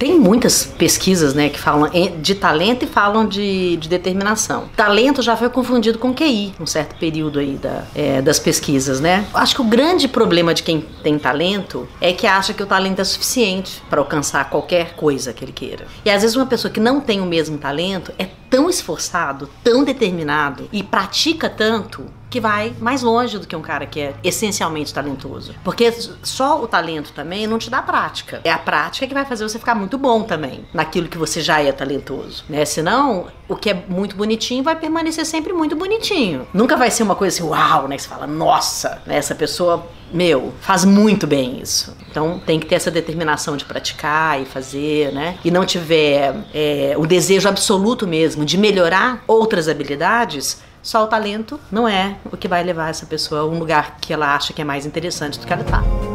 Tem muitas pesquisas, né, que falam de talento e falam de determinação. Talento já foi confundido com QI, um certo período aí das pesquisas, né? Acho que o grande problema de quem tem talento é que acha que o talento é suficiente para alcançar qualquer coisa que ele queira. E às vezes uma pessoa que não tem o mesmo talento é tão esforçado, tão determinado e pratica tanto que vai mais longe do que um cara que é essencialmente talentoso. Porque só o talento também não te dá prática. É a prática que vai fazer você ficar muito bom também naquilo que você já é talentoso, né? Senão, o que é muito bonitinho vai permanecer sempre muito bonitinho. Nunca vai ser uma coisa assim, uau, né? Que você fala, nossa, né? Essa pessoa, faz muito bem isso. Então, tem que ter essa determinação de praticar e fazer, né? E não tiver o desejo absoluto mesmo de melhorar outras habilidades, só o talento não é o que vai levar essa pessoa a um lugar que ela acha que é mais interessante do que ela tá.